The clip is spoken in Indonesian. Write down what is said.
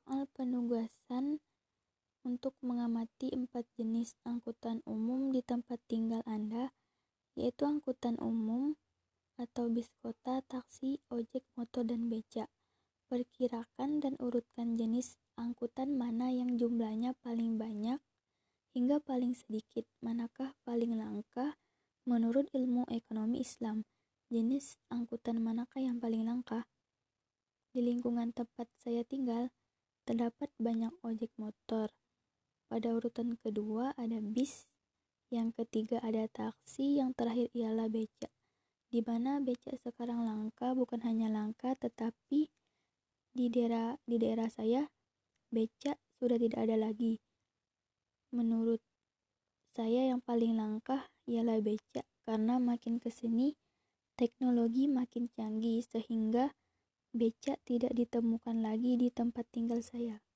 soal penugasan untuk mengamati 4 jenis angkutan umum di tempat tinggal Anda, yaitu angkutan umum atau bis kota, taksi, ojek, motor, dan beca. Perkirakan dan urutkan jenis angkutan mana yang jumlahnya paling banyak hingga paling sedikit, manakah paling langka menurut ilmu ekonomi Islam. Jenis angkutan manakah yang paling langka? Di lingkungan tempat saya tinggal, terdapat banyak ojek motor. Pada urutan kedua ada bis, yang ketiga ada taksi, yang terakhir ialah beca. Di mana beca sekarang langka, bukan hanya langka tetapi di daerah saya beca sudah tidak ada lagi. Menurut saya yang paling langka ialah beca, karena makin kesini teknologi makin canggih sehingga beca tidak ditemukan lagi di tempat tinggal saya.